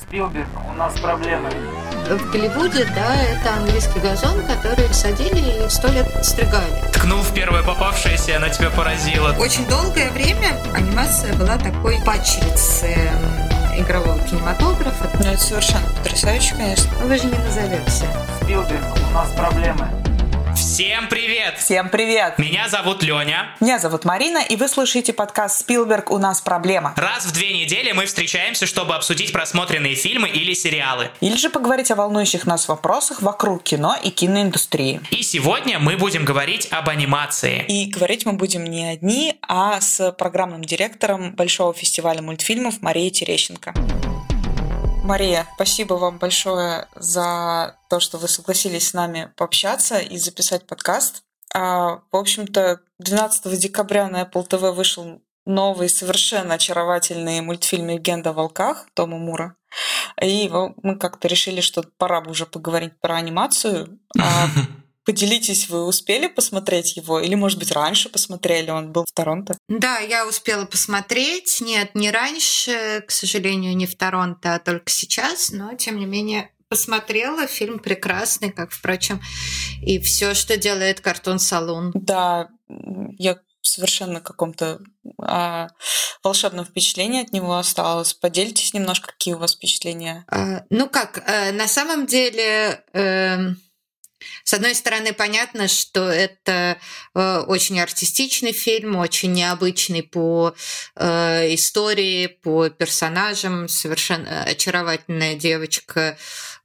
Спилберг, у нас проблемы. В Голливуде, да, это английский газон, который садили и 100 лет стригали. Ткнул в первое попавшееся, она тебя поразила. Очень долгое время анимация была такой падчерицей игрового кинематографа. Ну, это совершенно потрясающе, конечно. Вы же не назовете. Спилберг, у нас проблемы. Всем привет! Всем привет! Меня зовут Леня. Меня зовут Марина, и вы слушаете подкаст «Спилберг. У нас проблема». Раз в 2 недели мы встречаемся, чтобы обсудить просмотренные фильмы или сериалы. Или же поговорить о волнующих нас вопросах вокруг кино и киноиндустрии. И сегодня мы будем говорить об анимации. И говорить мы будем не одни, а с программным директором Большого фестиваля мультфильмов Марией Терещенко. Мария, спасибо вам большое за то, что вы согласились с нами пообщаться и записать подкаст. В общем-то, 12 декабря на Apple TV вышел новый, совершенно очаровательный мультфильм «Легенда о волках» Тома Мура. И мы как-то решили, что пора бы уже поговорить про анимацию. Поделитесь, вы успели посмотреть его? Или, может быть, раньше посмотрели? Он был в Торонто. Да, я успела посмотреть. Нет, не раньше, к сожалению, не в Торонто, а только сейчас. Но, тем не менее, посмотрела. Фильм прекрасный, как, впрочем, и все, что делает Cartoon Saloon. Да, я совершенно каком-то волшебном впечатлении от него осталось. Поделитесь немножко, какие у вас впечатления? На самом деле... С одной стороны, понятно, что это очень артистичный фильм, очень необычный по истории, по персонажам. Совершенно очаровательная девочка,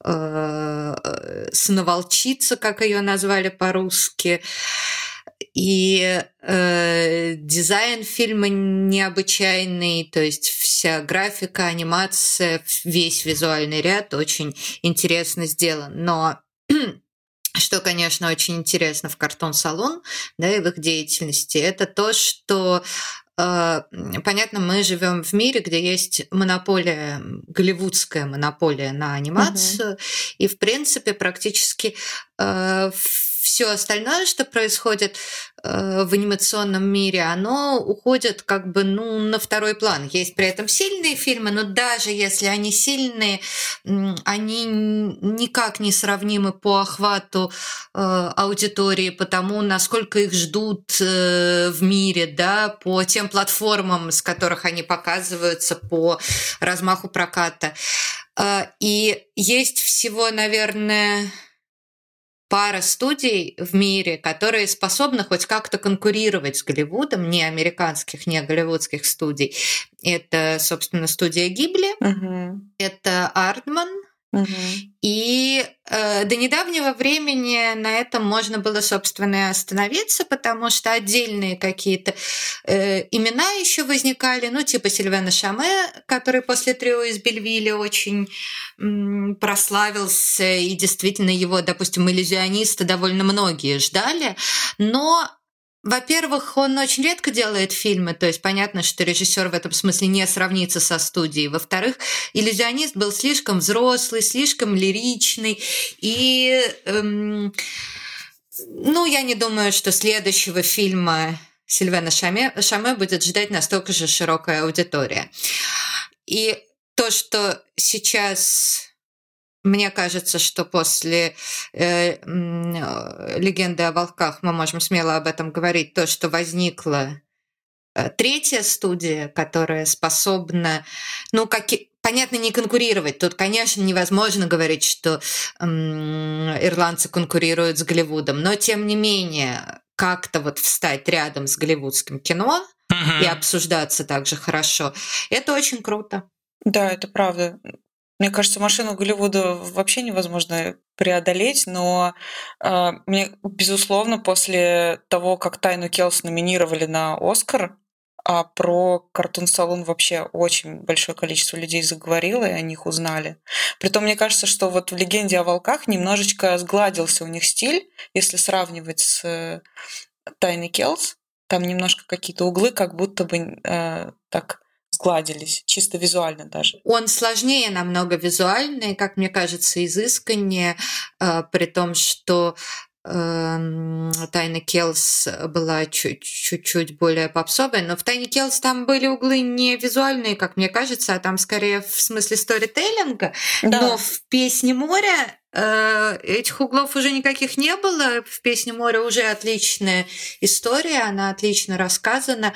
сноволчица, как ее назвали по-русски. И дизайн фильма необычайный, то есть вся графика, анимация, весь визуальный ряд очень интересно сделан. Но что, конечно, очень интересно в Cartoon Saloon, да, и в их деятельности, это то, что, понятно, мы живем в мире, где есть монополия, голливудская монополия на анимацию, и, в принципе, практически все остальное, что происходит в анимационном мире, оно уходит как бы на второй план. Есть при этом сильные фильмы, но даже если они сильные, они никак не сравнимы по охвату аудитории, по тому, насколько их ждут в мире, да, по тем платформам, с которых они показываются, по размаху проката. И есть всего, наверное, пара студий в мире, которые способны хоть как-то конкурировать с Голливудом, не американских, не голливудских студий. Это, собственно, студия Гибли, это Ардман, и до недавнего времени на этом можно было, собственно, и остановиться, потому что отдельные какие-то имена еще возникали, типа Сильвена Шаме, который после «Трио из Бельвилля» очень прославился, и действительно его, допустим, «Иллюзиониста» довольно многие ждали, но... Во-первых, он очень редко делает фильмы, то есть понятно, что режиссер в этом смысле не сравнится со студией. Во-вторых, «Иллюзионист» был слишком взрослый, слишком лиричный, и я не думаю, что следующего фильма Сильвена Шаме будет ждать настолько же широкая аудитория. И то, что сейчас... Мне кажется, что после «Легенды о волках» мы можем смело об этом говорить, то, что возникла третья студия, которая способна, понятно, не конкурировать. Тут, конечно, невозможно говорить, что ирландцы конкурируют с Голливудом, но, тем не менее, как-то встать рядом с голливудским кино и обсуждаться также хорошо, это очень круто. Да, это правда. Мне кажется, машину Голливуда вообще невозможно преодолеть, но мне, безусловно, после того, как Тайну Келс номинировали на «Оскар», про Cartoon Saloon вообще очень большое количество людей заговорило, и о них узнали. Притом, мне кажется, что в «Легенде о волках» немножечко сгладился у них стиль, если сравнивать с Тайной Келс. Там немножко какие-то углы как будто бы так... сгладились, чисто визуально даже. Он сложнее намного визуально, и, как мне кажется, изысканнее, при том, что Тайна Келлс была чуть-чуть более попсовая, но в Тайне Келлс там были углы не визуальные, как мне кажется, а там скорее в смысле сторителлинга. Да. Но в «Песне моря» этих углов уже никаких не было. В «Песне моря» уже отличная история, она отлично рассказана.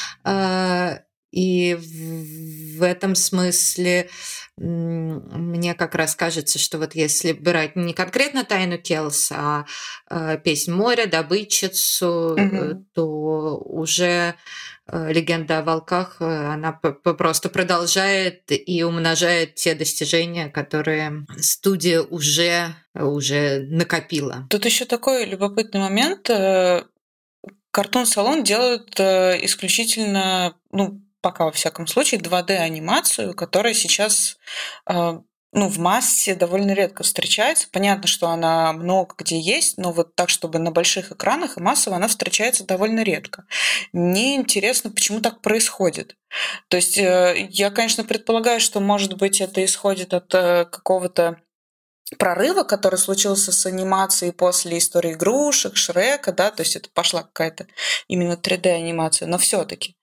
И в этом смысле мне как раз кажется, что вот если брать не конкретно «Тайну Келлс», а «Песнь моря», «Добытчицу», то уже «Легенда о волках», она просто продолжает и умножает те достижения, которые студия уже накопила. Тут еще такой любопытный момент. Картун-салон делают исключительно, пока во всяком случае, 2D-анимацию, которая сейчас в массе довольно редко встречается. Понятно, что она много где есть, но вот так, чтобы на больших экранах и массово, она встречается довольно редко. Мне интересно, почему так происходит. То есть я, конечно, предполагаю, что, может быть, это исходит от какого-то прорыва, который случился с анимацией после истории игрушек, Шрека, да, то есть это пошла какая-то именно 3D-анимация, но все-таки.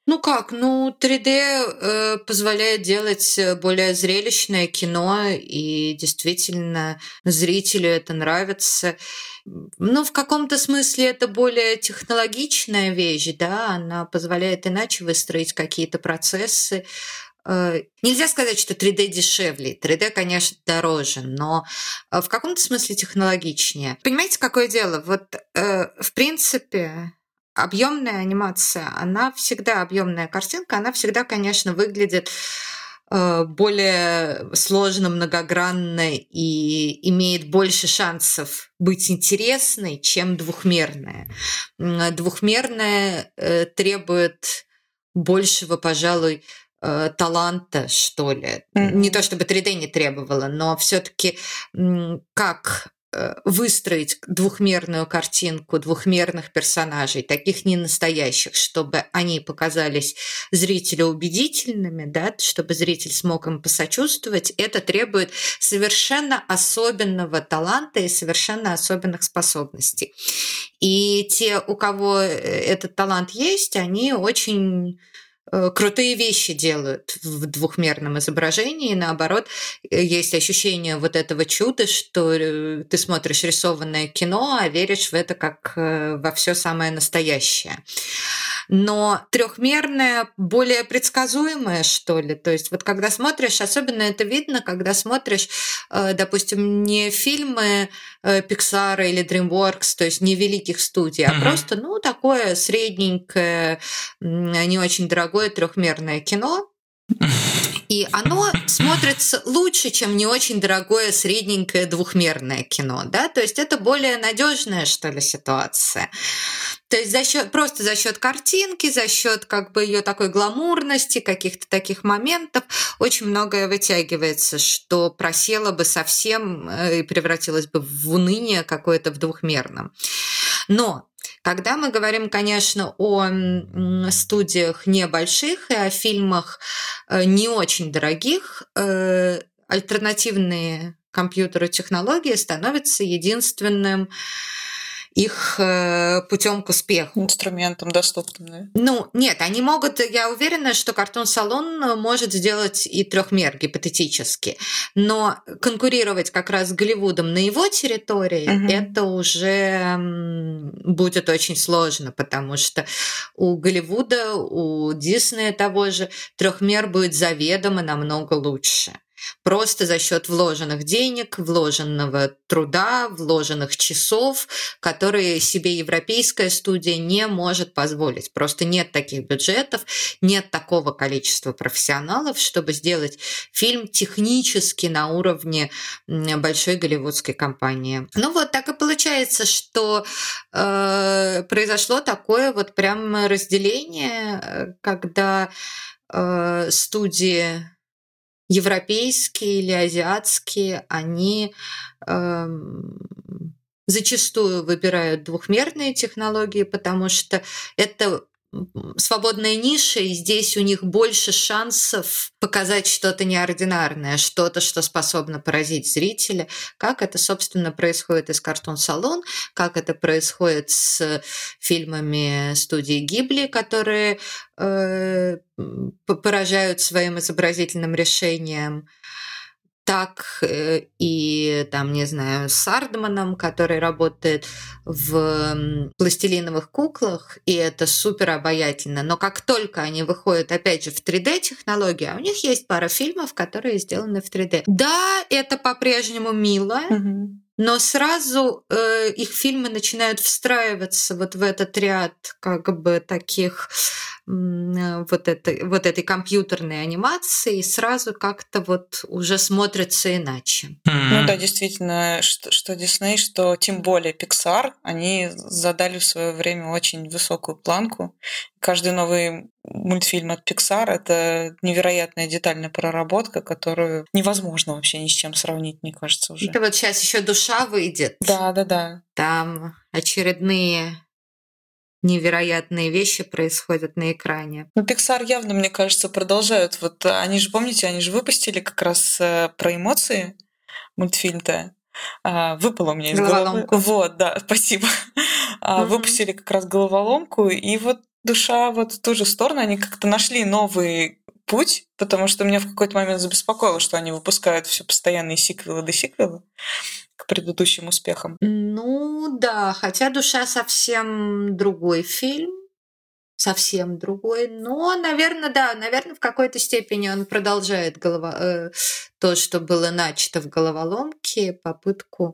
3D позволяет делать более зрелищное кино, и действительно зрителю это нравится. В каком-то смысле это более технологичная вещь, да, она позволяет иначе выстроить какие-то процессы. Нельзя сказать, что 3D дешевле. 3D, конечно, дороже, но в каком-то смысле технологичнее. Понимаете, какое дело? Вот, в принципе, объемная анимация, объемная картинка, она всегда, конечно, выглядит более сложно, многогранно и имеет больше шансов быть интересной, чем двухмерная. Двухмерная требует большего, пожалуй, таланта, что ли. Не то чтобы 3D не требовало, но все-таки как выстроить двухмерную картинку двухмерных персонажей, таких ненастоящих, чтобы они показались зрителю убедительными, да, чтобы зритель смог им посочувствовать, это требует совершенно особенного таланта и совершенно особенных способностей. И те, у кого этот талант есть, они очень крутые вещи делают в двухмерном изображении. Наоборот, есть ощущение вот этого чуда, что ты смотришь рисованное кино, а веришь в это как во все самое настоящее. Но трехмерное более предсказуемое, что ли. То есть вот когда смотришь, особенно это видно, когда смотришь, допустим, не фильмы Pixar или DreamWorks, то есть не великих студий, а просто, такое средненькое, не очень дорогое трехмерное кино. И оно смотрится лучше, чем не очень дорогое средненькое двухмерное кино, да, то есть это более надежная, что ли, ситуация. То есть просто за счет картинки, за счет ее такой гламурности, каких-то таких моментов очень многое вытягивается, что просело бы совсем и превратилось бы в уныние какое-то в двухмерном. Но когда мы говорим, конечно, о студиях небольших и о фильмах не очень дорогих, альтернативные компьютеры технологии становятся единственным их путем к успеху. Инструментом доступным, да? Нет, они могут, я уверена, что картун-салон может сделать и трехмер гипотетически, но конкурировать как раз с Голливудом на его территории, это уже будет очень сложно, потому что у Голливуда, у Диснея того же трехмер будет заведомо намного лучше. Просто за счет вложенных денег, вложенного труда, вложенных часов, которые себе европейская студия не может позволить. Просто нет таких бюджетов, нет такого количества профессионалов, чтобы сделать фильм технически на уровне большой голливудской компании. Так и получается, что произошло такое вот прям разделение, когда студии европейские или азиатские, они зачастую выбирают двухмерные технологии, потому что это свободная ниша, и здесь у них больше шансов показать что-то неординарное, что-то, что способно поразить зрителя, как это, собственно, происходит и с «Картун Салон», как это происходит с фильмами студии Гибли, которые поражают своим изобразительным решением, так и, там, не знаю, с Ардманом, который работает в «Пластилиновых куклах», и это супер обаятельно. Но как только они выходят, опять же, в 3D-технологии, а у них есть пара фильмов, которые сделаны в 3D. Да, это по-прежнему мило, но сразу их фильмы начинают встраиваться вот в этот ряд как бы таких вот этой компьютерной анимации, и сразу как-то вот уже смотрится иначе. Ну да, действительно, что Disney, что тем более Pixar, они задали в свое время очень высокую планку. Каждый новый мультфильм от Pixar — это невероятная детальная проработка, которую невозможно вообще ни с чем сравнить, мне кажется, уже. Это вот сейчас еще «Душа» выйдет. Да. Там очередные невероятные вещи происходят на экране. Ну, Pixar явно, мне кажется, продолжают. Вот они же, помните, они же выпустили как раз про эмоции мультфильм-то. Выпало у меня из головы. Вот, да, спасибо. Выпустили как раз головоломку, и вот «Душа» вот в ту же сторону, они как-то нашли новый путь, потому что меня в какой-то момент забеспокоило, что они выпускают все постоянные сиквелы до сиквела к предыдущим успехам. Ну да, хотя «Душа» совсем другой фильм, совсем другой, но, наверное, в какой-то степени он продолжает то, что было начато в головоломке, попытку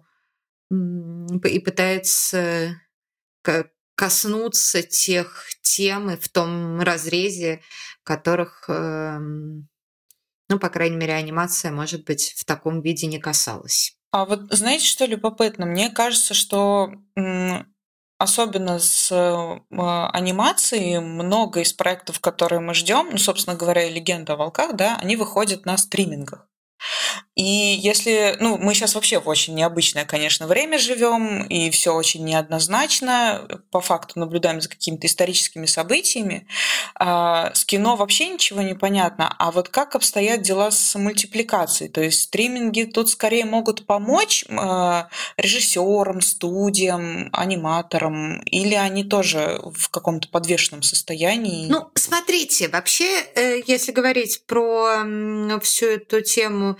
и пытается коснуться тех тем и в том разрезе, которых, ну, по крайней мере, анимация, может быть, в таком виде не касалась. А вот знаете, что любопытно? Мне кажется, что особенно с анимацией много из проектов, которые мы ждем, ну, собственно говоря, и «Легенда о волках», да, они выходят на стримингах. И если, ну, мы сейчас вообще в очень необычное, конечно, время живем, и все очень неоднозначно, по факту наблюдаем за какими-то историческими событиями. С кино вообще ничего не понятно. А вот как обстоят дела с мультипликацией? То есть стриминги тут скорее могут помочь режиссерам, студиям, аниматорам, или они тоже в каком-то подвешенном состоянии? Ну, смотрите, вообще, если говорить про всю эту тему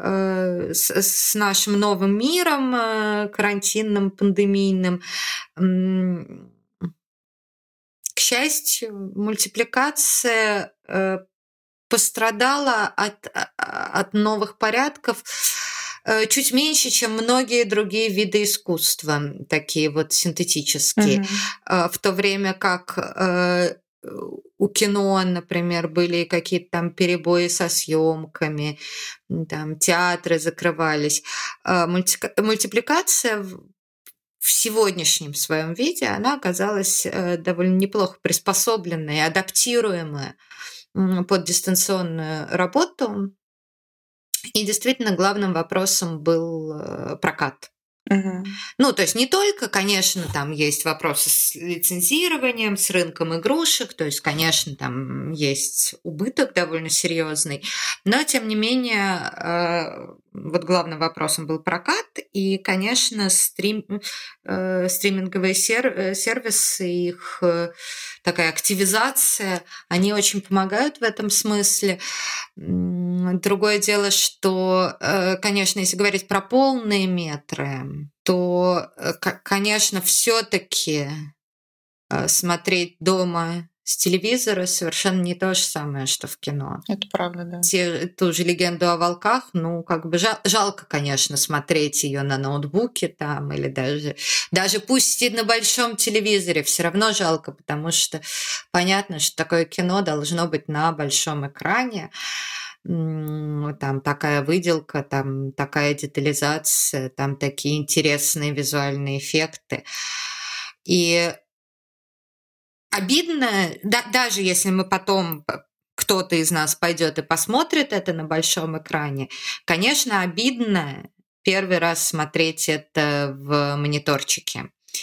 с нашим новым миром, карантинным, пандемийным, к счастью, мультипликация пострадала от новых порядков чуть меньше, чем многие другие виды искусства, такие вот синтетические. В то время как у кино, например, были какие-то там перебои со съемками, там театры закрывались. Мультипликация в сегодняшнем своем виде, она оказалась довольно неплохо приспособленной, адаптируемая под дистанционную работу. И действительно главным вопросом был прокат. Ну, то есть не только, конечно, там есть вопросы с лицензированием, с рынком игрушек, то есть, конечно, там есть убыток довольно серьезный, но, тем не менее, вот главным вопросом был прокат, и, конечно, стриминговые сервисы, их такая активизация, они очень помогают в этом смысле. Другое дело, что, конечно, если говорить про полные метры, то, конечно, все-таки смотреть дома с телевизора совершенно не то же самое, что в кино. Это правда, да. Ту же «Легенду о волках», ну, как бы жалко, конечно, смотреть ее на ноутбуке там, или даже пусть и на большом телевизоре, все равно жалко, потому что понятно, что такое кино должно быть на большом экране. Там такая выделка, там такая детализация, там такие интересные визуальные эффекты. И обидно, даже если мы потом, кто-то из нас пойдет и посмотрит это на большом экране, конечно, обидно первый раз смотреть это в мониторчике.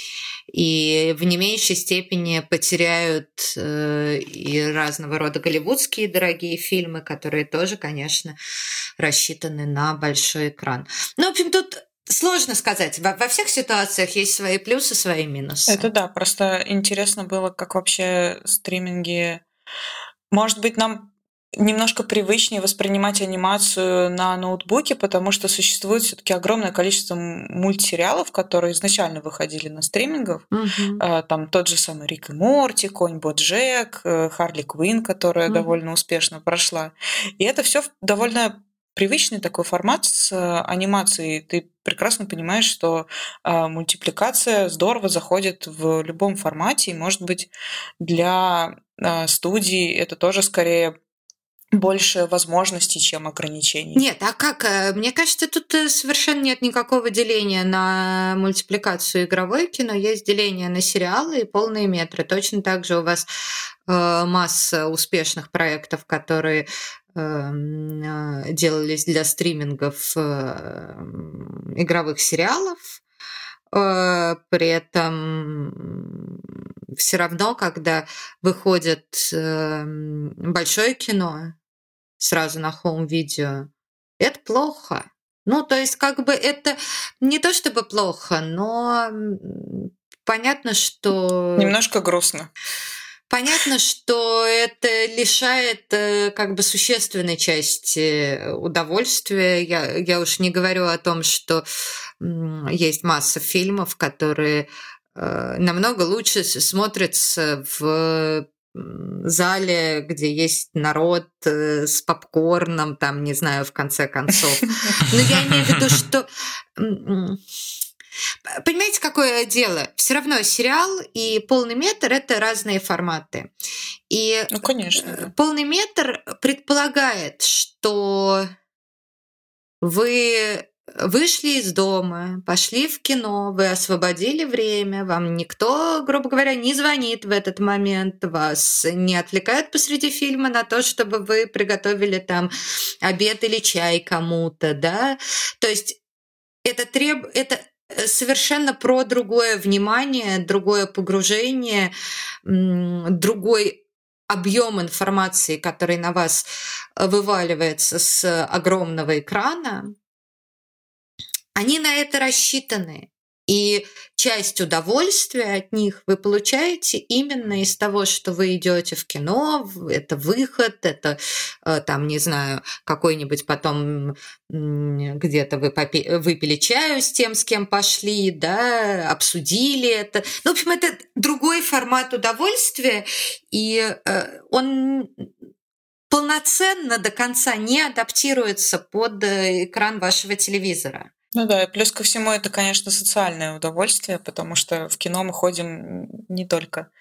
И в не меньшей степени потеряют и разного рода голливудские дорогие фильмы, которые тоже, конечно, рассчитаны на большой экран. Ну, в общем, тут сложно сказать. Во всех ситуациях есть свои плюсы, свои минусы. Это да, просто интересно было, как вообще стриминги... Может быть, нам немножко привычнее воспринимать анимацию на ноутбуке, потому что существует все-таки огромное количество мультсериалов, которые изначально выходили на стримингах. Там тот же самый Рик и Морти, Конь Боджек, Харли Квинн, которая довольно успешно прошла. И это все довольно привычный такой формат с анимацией. Ты прекрасно понимаешь, что мультипликация здорово заходит в любом формате, и, может быть, для студий это тоже скорее больше возможностей, чем ограничений. Нет, а как? Мне кажется, тут совершенно нет никакого деления на мультипликацию игровое кино. Есть деление на сериалы и полные метры. Точно так же у вас масса успешных проектов, которые делались для стримингов игровых сериалов. При этом все равно, когда выходит большое кино сразу на хоум-видео, это плохо. Ну, то есть, как бы это не то чтобы плохо, но понятно, что... Немножко грустно. Понятно, что это лишает как бы существенной части удовольствия. Я уж не говорю о том, что есть масса фильмов, которые намного лучше смотрятся в зале, где есть народ с попкорном, там, не знаю, в конце концов. Но я имею в виду, что... Понимаете, какое дело? Все равно сериал и полный метр – это разные форматы. И ну, конечно, да. Полный метр предполагает, что вы вышли из дома, пошли в кино, вы освободили время, вам никто, грубо говоря, не звонит в этот момент, вас не отвлекают посреди фильма на то, чтобы вы приготовили там обед или чай кому-то, да? То есть это совершенно про другое внимание, другое погружение, другой объем информации, который на вас вываливается с огромного экрана. Они на это рассчитаны. И часть удовольствия от них вы получаете именно из того, что вы идете в кино, это выход, это там, не знаю, какой-нибудь потом где-то вы выпили чаю с тем, с кем пошли, да, обсудили это. Ну, в общем, это другой формат удовольствия, и он полноценно до конца не адаптируется под экран вашего телевизора. Ну да, и плюс ко всему это, конечно, социальное удовольствие, потому что в кино мы ходим не только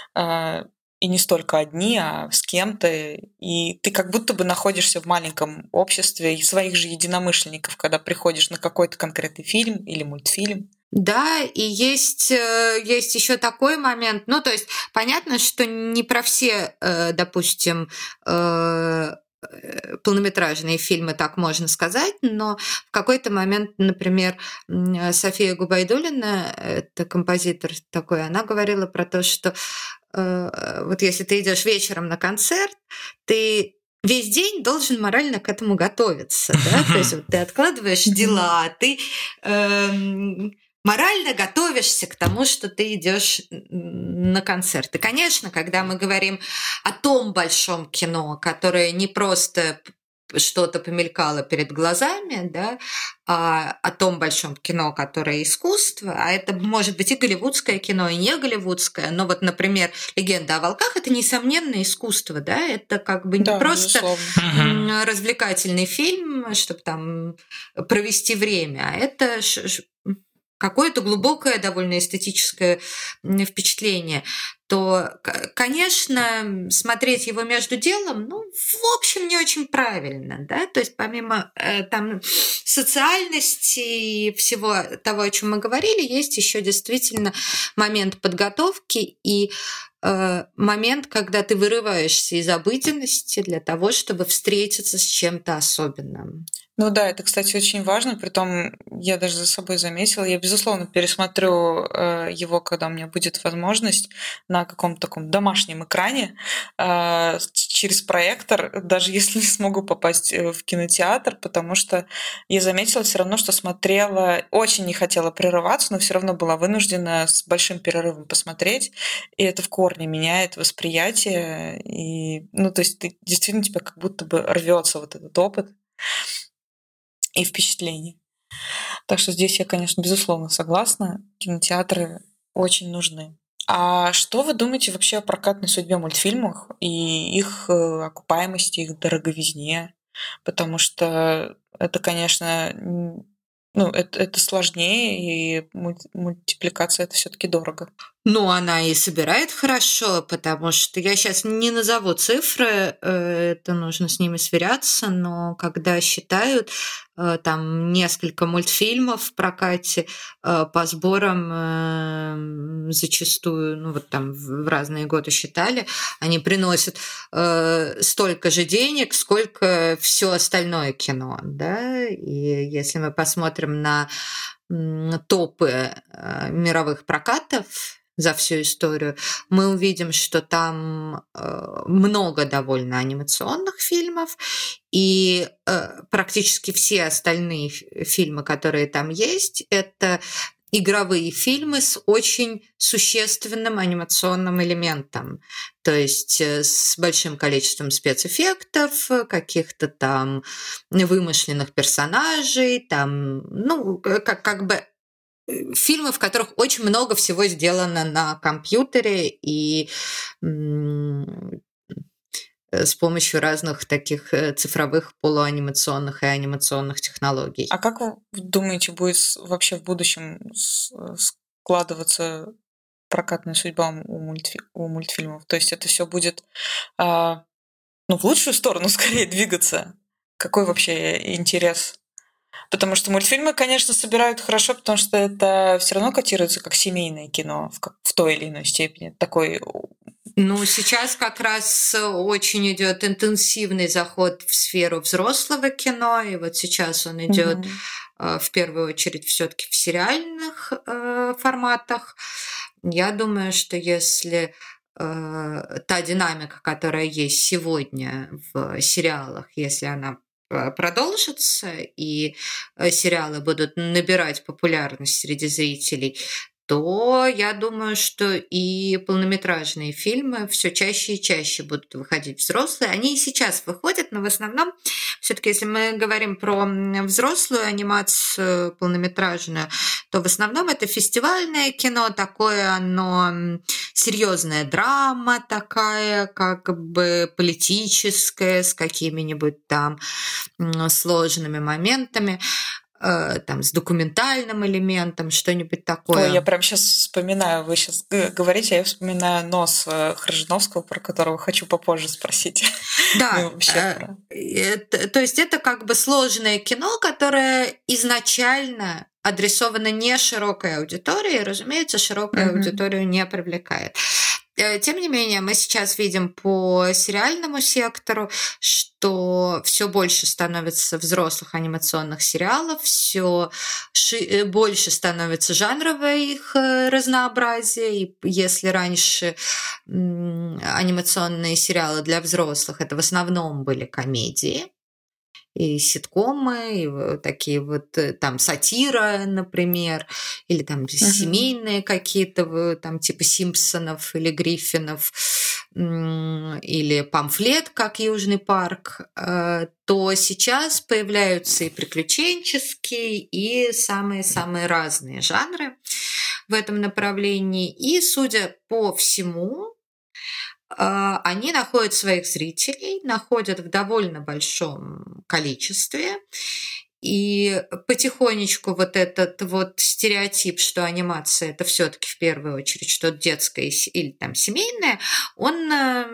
и не столько одни, а с кем-то, и ты как будто бы находишься в маленьком обществе и своих же единомышленников, когда приходишь на какой-то конкретный фильм или мультфильм. Да, и есть еще такой момент, ну, то есть понятно, что не про все, допустим, полнометражные фильмы, так можно сказать, но в какой-то момент, например, София Губайдуллина, это композитор такой, она говорила про то, что вот если ты идешь вечером на концерт, ты весь день должен морально к этому готовиться, да, то есть вот ты откладываешь дела, ты морально готовишься к тому, что ты идешь на концерт. И, конечно, когда мы говорим о том большом кино, которое не просто что-то помелькало перед глазами, да, а о том большом кино, которое искусство, а это может быть и голливудское кино, и не голливудское, но вот, например, «Легенда о волках» — это несомненно искусство, да, это как бы не просто развлекательный фильм, чтобы там провести время, а это какое-то глубокое довольно эстетическое впечатление, то, конечно, смотреть его между делом, ну, в общем, не очень правильно, да, то есть помимо там социальности и всего того, о чем мы говорили, есть еще действительно момент подготовки и момент, когда ты вырываешься из обыденности для того, чтобы встретиться с чем-то особенным. Ну да, это, кстати, очень важно, притом я даже за собой заметила. Я, безусловно, пересмотрю его, когда у меня будет возможность на каком-то таком домашнем экране через проектор, даже если не смогу попасть в кинотеатр, потому что я заметила все равно, что смотрела, очень не хотела прерываться, но все равно была вынуждена с большим перерывом посмотреть, и это в корне меняет восприятие, и, ну, то есть ты действительно тебя как будто бы рвется вот этот опыт и впечатлений. Так что здесь я, конечно, безусловно согласна. Кинотеатры очень нужны. А что вы думаете вообще о прокатной судьбе мультфильмов и их окупаемости, их дороговизне? Потому что это, конечно, ну, это сложнее, и мультипликация это все-таки дорого. Ну, она и собирает хорошо, потому что я сейчас не назову цифры, это нужно с ними сверяться, но когда считают там несколько мультфильмов в прокате по сборам зачастую, ну вот там в разные годы считали, они приносят столько же денег, сколько все остальное кино, да, и если мы посмотрим на топы мировых прокатов за всю историю, мы увидим, что там много довольно анимационных фильмов, и практически все остальные фильмы, которые там есть, это игровые фильмы с очень существенным анимационным элементом, то есть с большим количеством спецэффектов, каких-то там вымышленных персонажей, там, ну, как бы фильмы, в которых очень много всего сделано на компьютере и с помощью разных таких цифровых полуанимационных и анимационных технологий. А как вы думаете, будет вообще в будущем складываться прокатная судьба у мультфильмов? То есть это все будет ну, в лучшую сторону скорее двигаться? Какой вообще интерес? Потому что мультфильмы, конечно, собирают хорошо, потому что это все равно котируется как семейное кино в той или иной степени. Такой. Ну, сейчас как раз очень идет интенсивный заход в сферу взрослого кино, и вот сейчас он идет в первую очередь все-таки в сериальных форматах. Я думаю, что если та динамика, которая есть сегодня в сериалах, если она продолжится, и сериалы будут набирать популярность среди зрителей, то я думаю, что и полнометражные фильмы все чаще и чаще будут выходить взрослые. Они и сейчас выходят, но в основном, все-таки, если мы говорим про взрослую анимацию полнометражную, то в основном это фестивальное кино, такое оно серьезная драма такая, как бы политическая, с какими-нибудь там сложными моментами, там, с документальным элементом, что-нибудь такое. Ой, я прям сейчас вспоминаю, вы сейчас говорите, я вспоминаю «Нос» Хржановского, про которого хочу попозже спросить. Да, то есть это как бы сложное кино, которое изначально адресовано не широкой аудитории, и, разумеется, широкую аудиторию не привлекает. Тем не менее, мы сейчас видим по сериальному сектору, что все больше становится взрослых анимационных сериалов, все больше становится жанровое их разнообразие. И если раньше анимационные сериалы для взрослых это в основном были комедии, и ситкомы, и такие вот там сатира, например, или там семейные какие-то там типа Симпсонов или Гриффинов, или памфлет, как Южный парк, то сейчас появляются и приключенческие, и самые-самые разные жанры в этом направлении. И, судя по всему, они находят своих зрителей, находят в довольно большом количестве. И потихонечку вот этот вот стереотип, что анимация это все-таки в первую очередь что-то детское или там семейное, он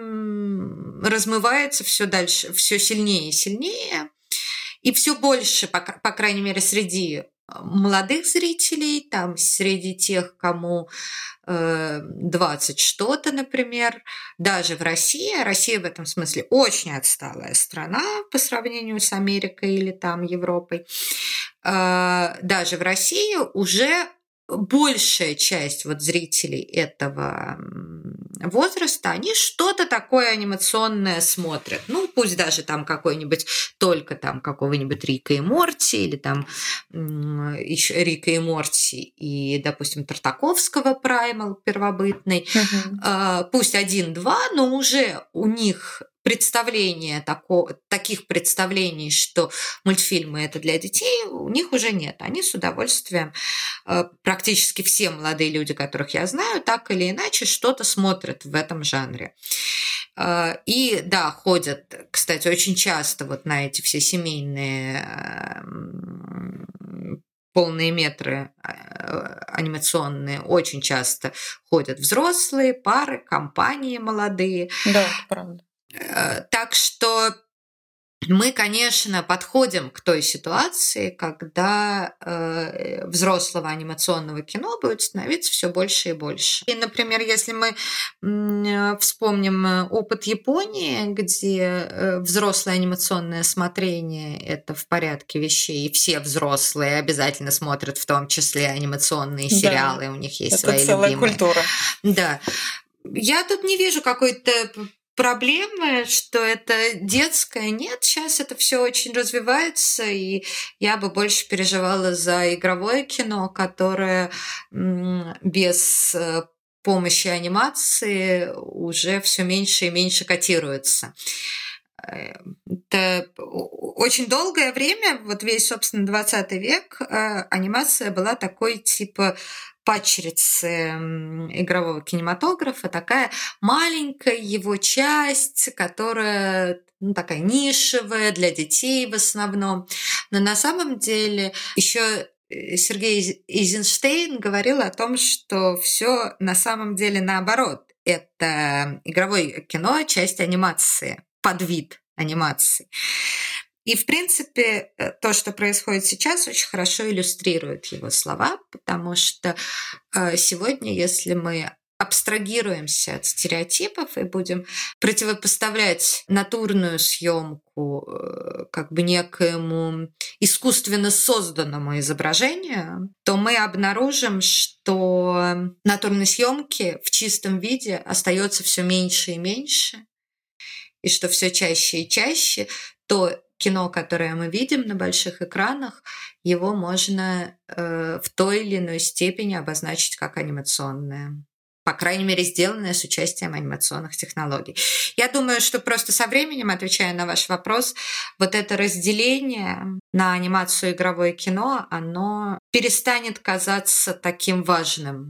размывается все дальше, все сильнее и сильнее. И все больше, по крайней мере, среди молодых зрителей, там среди тех, кому 20 что-то, например, даже в России. Россия в этом смысле очень отсталая страна по сравнению с Америкой или там Европой. Даже в России уже большая часть вот зрителей этого возраста, они что-то такое анимационное смотрят. Ну, пусть даже там какой-нибудь, только там какого-нибудь Рика и Морти, или там еще Рика и Морти, и, допустим, Тартаковского Праймал первобытный. Пусть 1-2, но уже у них представление таких представлений, что мультфильмы это для детей, у них уже нет. Они с удовольствием, практически все молодые люди, которых я знаю, так или иначе что-то смотрят в этом жанре. И да, ходят, кстати, очень часто вот на эти все семейные полные метры анимационные, очень часто ходят взрослые, пары, компании молодые. Да, это правда. Так что мы, конечно, подходим к той ситуации, когда взрослого анимационного кино будет становиться все больше и больше. И, например, если мы вспомним опыт Японии, где взрослое анимационное смотрение – это в порядке вещей, и все взрослые обязательно смотрят в том числе анимационные сериалы, у них есть свои любимые. Это целая культура. Да. Я тут не вижу какой-то проблемы, что это детское. Нет, сейчас это все очень развивается, и я бы больше переживала за игровое кино, которое без помощи анимации уже все меньше и меньше котируется. Это очень долгое время, вот весь, собственно, 20 век, анимация была такой типа падчерицы игрового кинематографа, такая маленькая его часть, которая такая нишевая для детей в основном. Но на самом деле еще Сергей Эйзенштейн говорил о том, что все на самом деле наоборот. Это игровое кино, часть анимации, подвид анимации. И, в принципе, то, что происходит сейчас, очень хорошо иллюстрирует его слова, потому что сегодня, если мы абстрагируемся от стереотипов и будем противопоставлять натурную съемку как бы некоему искусственно созданному изображению, то мы обнаружим, что натурной съемки в чистом виде остается все меньше и меньше, и что все чаще и чаще то кино, которое мы видим на больших экранах, его можно в той или иной степени обозначить как анимационное. По крайней мере, сделанное с участием анимационных технологий. Я думаю, что просто со временем, отвечая на ваш вопрос, вот это разделение на анимацию и игровое кино, оно перестанет казаться таким важным.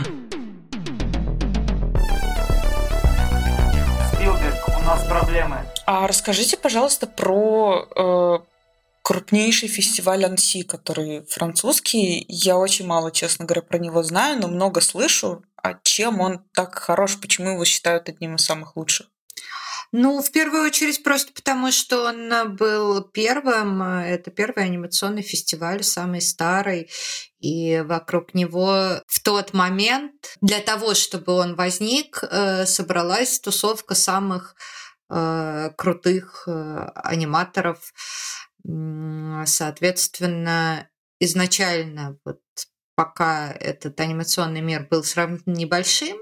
Спилберг, у нас проблемы. А расскажите, пожалуйста, про крупнейший фестиваль Анси, который французский. Я очень мало, честно говоря, про него знаю, но много слышу. А чем он так хорош? Почему его считают одним из самых лучших? Ну, в первую очередь, просто потому, что он был первым. Это первый анимационный фестиваль, самый старый. И вокруг него в тот момент, для того, чтобы он возник, собралась тусовка самых крутых аниматоров. Соответственно, изначально, вот пока этот анимационный мир был сравнительно небольшим,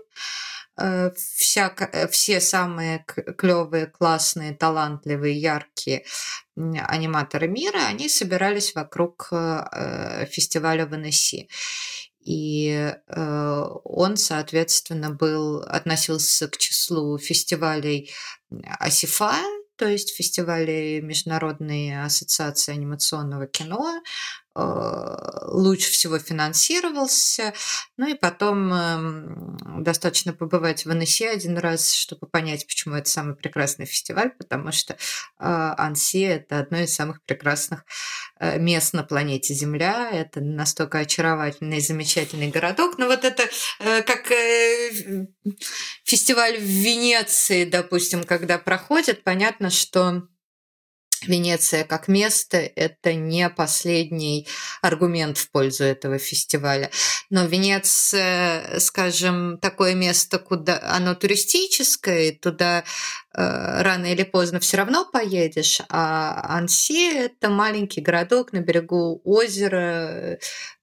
все самые клевые, классные, талантливые, яркие аниматоры мира, они собирались вокруг фестиваля в Аннеси. И он, соответственно, относился к числу фестивалей АСИФА, то есть фестивалей Международной ассоциации анимационного кино, лучше всего финансировался. Ну и потом достаточно побывать в Аннеси один раз, чтобы понять, почему это самый прекрасный фестиваль, потому что Аннси – это одно из самых прекрасных мест на планете Земля. Это настолько очаровательный и замечательный городок. Но вот это как фестиваль в Венеции, допустим, когда проходит, понятно, что Венеция как место – это не последний аргумент в пользу этого фестиваля. Но Венеция, скажем, такое место, куда оно туристическое, и туда рано или поздно все равно поедешь, а Анси – это маленький городок на берегу озера,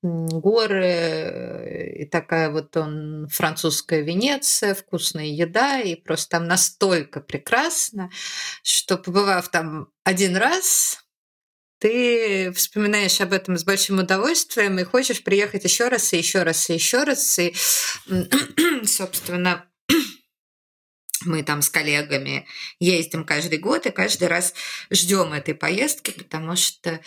горы, и такая вот он французская Венеция, вкусная еда, и просто там настолько прекрасно, что, побывав там один раз, ты вспоминаешь об этом с большим удовольствием и хочешь приехать еще раз, и еще раз, и еще раз. И, собственно, мы там с коллегами ездим каждый год и каждый раз ждем этой поездки, потому что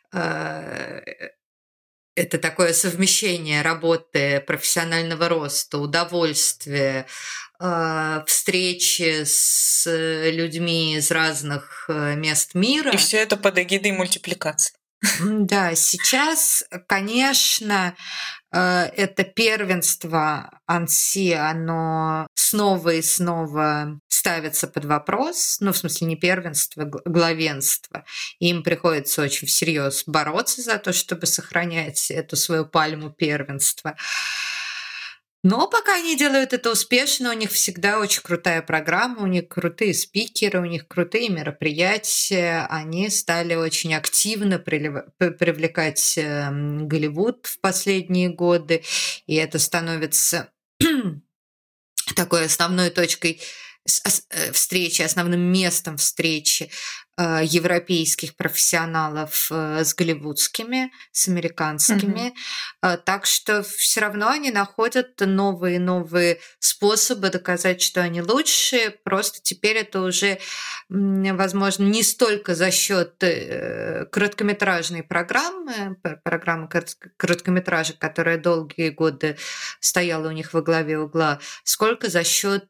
это такое совмещение работы, профессионального роста, удовольствия, встречи с людьми из разных мест мира. И все это под эгидой мультипликации. Да, сейчас, конечно, это первенство Анси, оно снова и снова ставится под вопрос, ну, в смысле, не первенство, главенство. Им приходится очень всерьез бороться за то, чтобы сохранять эту свою пальму первенства. Но пока они делают это успешно, у них всегда очень крутая программа, у них крутые спикеры, у них крутые мероприятия. Они стали очень активно привлекать Голливуд в последние годы, и это становится такой основной точкой встречи, основным местом встречи европейских профессионалов с голливудскими, с американскими. Так что все равно они находят новые и новые способы доказать, что они лучшие. Просто теперь это уже, возможно, не столько за счет короткометражной программы короткометражек, которая долгие годы стояла у них во главе угла, сколько за счет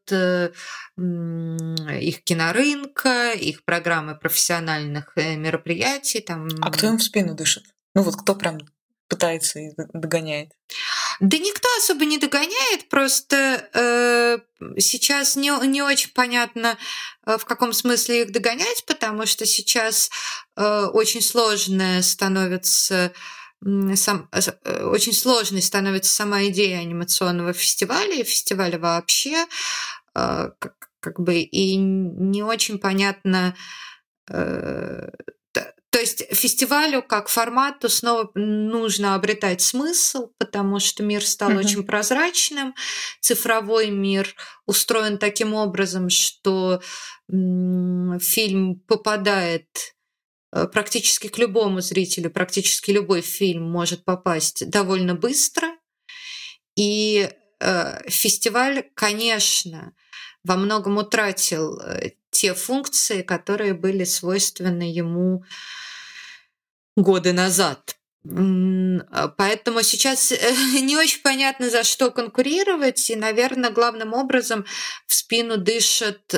их кинорынка, их программы профессиональных мероприятий. Там... А кто им в спину дышит? Ну вот кто прям пытается и догоняет? Да никто особо не догоняет, просто сейчас не очень понятно, в каком смысле их догонять, потому что сейчас очень сложная становится сама идея анимационного фестиваля и фестиваля вообще, как бы, и не очень понятно. То есть фестивалю как формату снова нужно обретать смысл, потому что мир стал очень прозрачным, цифровой мир устроен таким образом, что фильм попадает практически к любому зрителю, практически любой фильм может попасть довольно быстро. И фестиваль, конечно, во многом утратил те функции, которые были свойственны ему годы назад. Поэтому сейчас не очень понятно, за что конкурировать, и, наверное, главным образом в спину дышат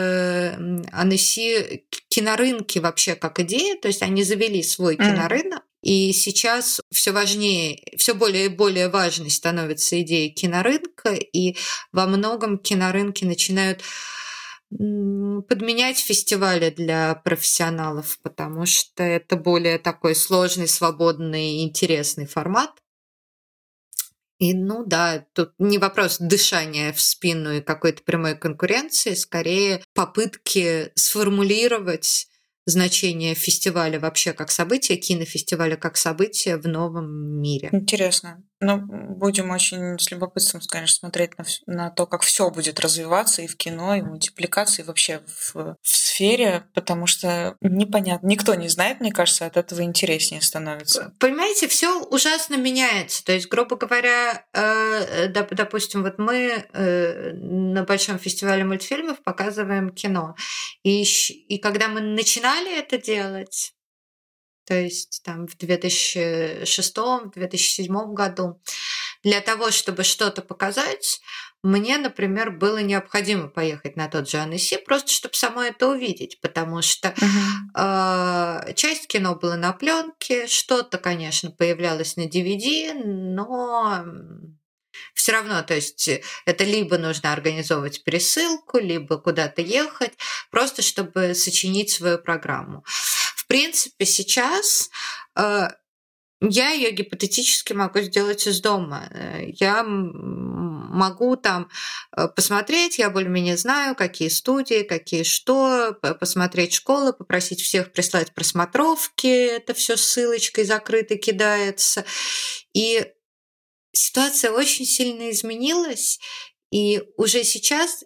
Анnecy кинорынки вообще как идея, то есть они завели свой кинорынок, и сейчас все важнее, все более и более важной становится идея кинорынка, и во многом кинорынки начинают подменять фестивали для профессионалов, потому что это более такой сложный, свободный, интересный формат. И, ну да, тут не вопрос дышания в спину и какой-то прямой конкуренции, скорее попытки сформулировать значение фестиваля вообще как события, кинофестиваля как события в новом мире. Интересно. Ну, будем очень с любопытством, конечно, смотреть на то, как все будет развиваться и в кино, и в мультипликации, и вообще в сфере, потому что непонятно. Никто не знает, мне кажется, от этого интереснее становится. Понимаете, все ужасно меняется. То есть, грубо говоря, допустим, вот мы на Большом фестивале мультфильмов показываем кино. И когда мы начинали это делать, то есть там в 2006-2007 году, для того, чтобы что-то показать, мне, например, было необходимо поехать на тот же Анnecy, просто чтобы самой это увидеть, потому что часть кино была на пленке, что-то, конечно, появлялось на DVD, но все равно, то есть это либо нужно организовывать пересылку, либо куда-то ехать, просто чтобы сочинить свою программу. принципе, сейчас я ее гипотетически могу сделать из дома. Я могу там посмотреть, я более-менее знаю, какие студии, какие что, посмотреть школы, попросить всех прислать просмотровки, это все ссылочкой закрытой кидается. И ситуация очень сильно изменилась, и уже сейчас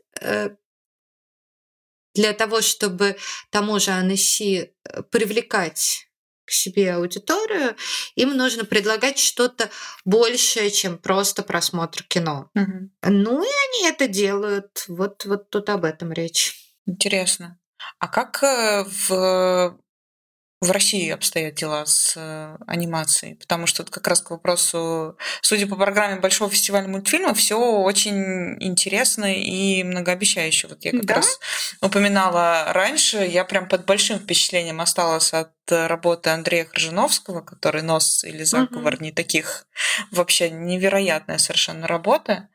для того, чтобы тому же Аннесси привлекать к себе аудиторию, им нужно предлагать что-то большее, чем просто просмотр кино. Ну и они это делают. Вот тут об этом речь. Интересно. А как в России обстоят дела с анимацией? Потому что как раз к вопросу, судя по программе Большого фестиваля мультфильмов, все очень интересно и многообещающе. Вот я как раз упоминала раньше, я прям под большим впечатлением осталась от работы Андрея Крыжановского, который «Нос» или «Заговор», не таких вообще невероятная совершенно работа.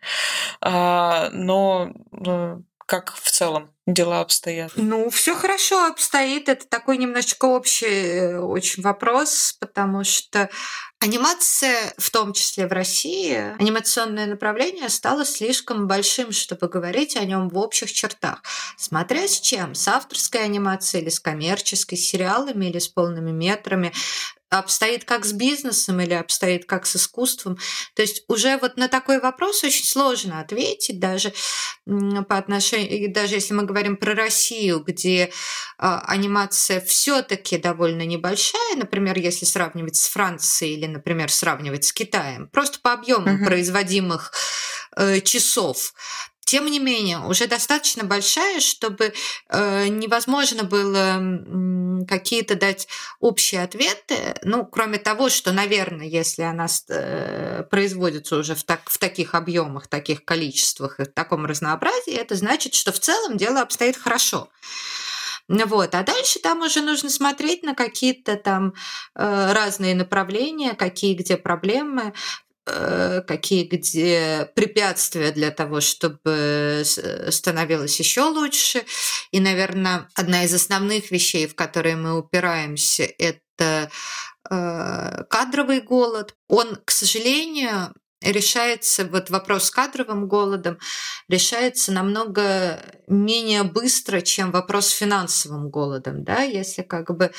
Но как в целом дела обстоят? Ну, все хорошо обстоит. Это такой немножечко общий очень вопрос, потому что анимация, в том числе в России, анимационное направление стало слишком большим, чтобы говорить о нем в общих чертах. Смотря с чем? С авторской анимацией или с коммерческой, с сериалами или с полными метрами. Обстоит как с бизнесом или обстоит как с искусством. То есть уже вот на такой вопрос очень сложно ответить, даже по отношению, даже если мы говорим про Россию, где анимация все-таки довольно небольшая, например, если сравнивать с Францией или, например, сравнивать с Китаем, просто по объему производимых часов. Тем не менее, уже достаточно большая, чтобы невозможно было какие-то дать общие ответы. Ну, кроме того, что, наверное, если она производится уже в таких объемах, таких количествах и в таком разнообразии, это значит, что в целом дело обстоит хорошо. Вот. А дальше там уже нужно смотреть на какие-то там разные направления, какие где проблемы, какие где препятствия для того, чтобы становилось еще лучше. И, наверное, одна из основных вещей, в которые мы упираемся, это кадровый голод. Он, к сожалению, решается, вот вопрос с кадровым голодом решается намного менее быстро, чем вопрос с финансовым голодом, да, если как бы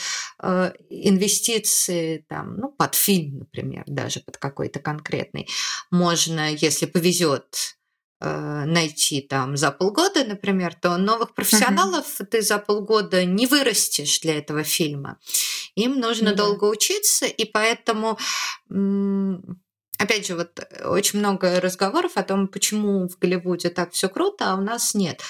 инвестиции там, ну, под фильм, например, даже под какой-то конкретный, можно, если повезет, найти там за полгода, например, то новых профессионалов ты за полгода не вырастешь для этого фильма. Им нужно долго учиться, и поэтому опять же, вот очень много разговоров о том, почему в Голливуде так все круто, а у нас нет.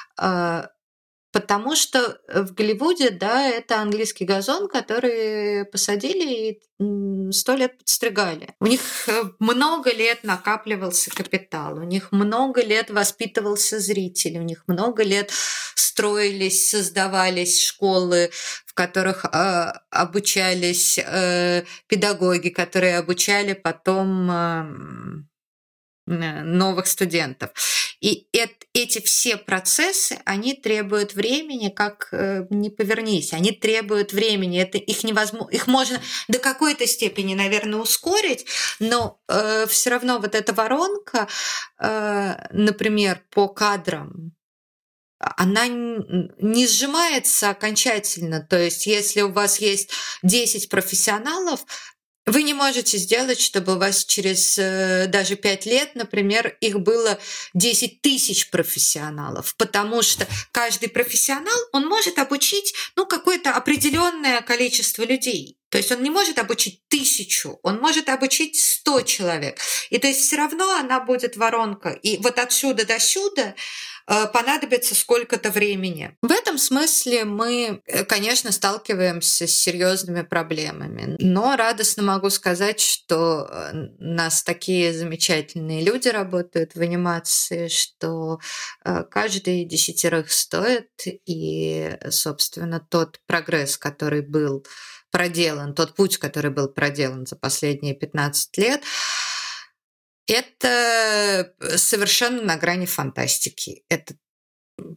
Потому что в Голливуде, да, это английский газон, который посадили и 100 лет подстригали. У них много лет накапливался капитал, у них много лет воспитывался зритель, у них много лет строились, создавались школы, в которых обучались педагоги, которые обучали потом новых студентов. И эти все процессы, они требуют времени, как ни повернись. Они требуют времени. Это их невозможно, их можно до какой-то степени, наверное, ускорить, но все равно вот эта воронка, например, по кадрам, она не сжимается окончательно. То есть если у вас есть 10 профессионалов, вы не можете сделать, чтобы у вас через даже 5 лет, например, их было 10 тысяч профессионалов, потому что каждый профессионал, он может обучить какое-то определенное количество людей. То есть он не может обучить 1000, он может обучить 100 человек. И то есть все равно она будет воронка. И вот отсюда до сюда понадобится сколько-то времени. В этом смысле мы, конечно, сталкиваемся с серьезными проблемами. Но радостно могу сказать, что у нас такие замечательные люди работают в анимации, что каждый 10 стоит. И, собственно, тот прогресс, который был проделан, тот путь, который был проделан за последние 15 лет, это совершенно на грани фантастики. Это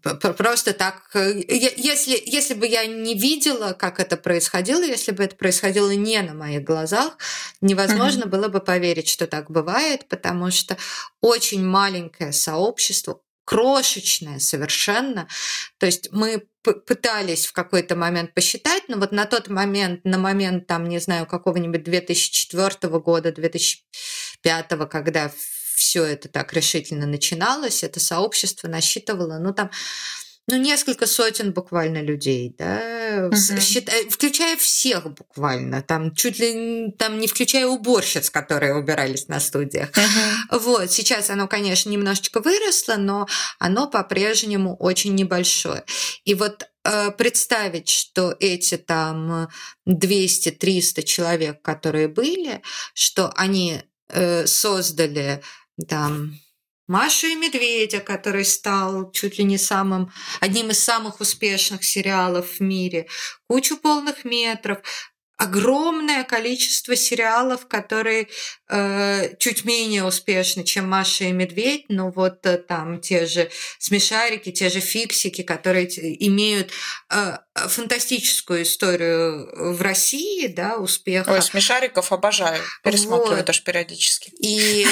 просто так, если бы я не видела, как это происходило, если бы это происходило не на моих глазах, невозможно было бы поверить, что так бывает, потому что очень маленькое сообщество, крошечное совершенно. То есть мы пытались в какой-то момент посчитать, но вот на тот момент, на момент, там, не знаю, какого-нибудь 2004 года, 2005, когда все это так решительно начиналось, это сообщество насчитывало, несколько сотен буквально людей, да, включая всех буквально, там чуть ли там не включая уборщиц, которые убирались на студиях. Вот, сейчас оно, конечно, немножечко выросло, но оно по-прежнему очень небольшое. И вот представить, что эти там 200-300 человек, которые были, что они создали там Машу и Медведя, который стал чуть ли не одним из самых успешных сериалов в мире, кучу полных метров, огромное количество сериалов, которые чуть менее успешны, чем Маша и Медведь, но вот там те же смешарики, те же фиксики, которые имеют фантастическую историю в России, да, успеха. Ой, смешариков обожаю, пересматриваю вот. Даже периодически. И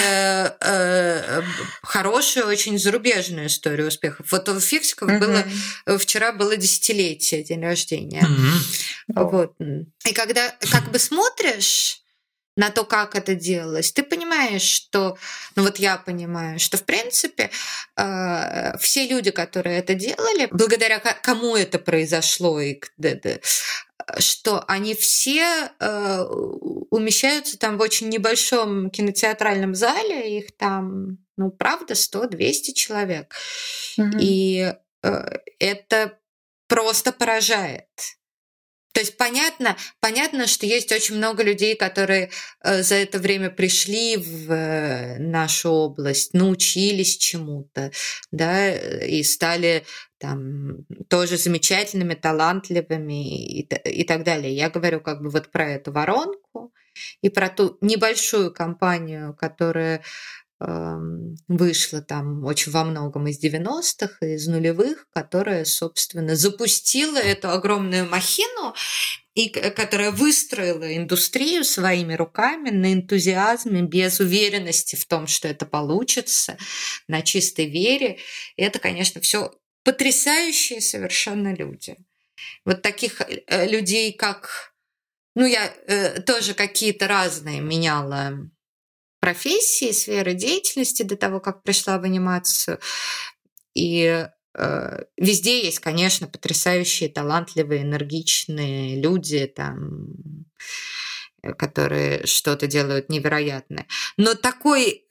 хорошую очень зарубежную историю успехов. Вот у фиксиков вчера было 10-летие, день рождения. Вот. И когда как бы смотришь на то, как это делалось, ты понимаешь, что, я понимаю, что, в принципе, все люди, которые это делали, благодаря кому это произошло, что они все умещаются там в очень небольшом кинотеатральном зале, их там, правда, 100-200 человек. И это просто поражает. То есть понятно, что есть очень много людей, которые за это время пришли в нашу область, научились чему-то, да, и стали там тоже замечательными, талантливыми и так далее. Я говорю как бы вот про эту воронку и про ту небольшую компанию, которая вышла там очень во многом из 90-х, из нулевых, которая, собственно, запустила эту огромную махину, и которая выстроила индустрию своими руками на энтузиазме, без уверенности в том, что это получится, на чистой вере. И это, конечно, все потрясающие совершенно люди. Вот таких людей, как... я тоже какие-то разные меняла профессии, сферы деятельности до того, как пришла в анимацию. И везде есть, конечно, потрясающие, талантливые, энергичные люди, там, которые что-то делают невероятное. Но такой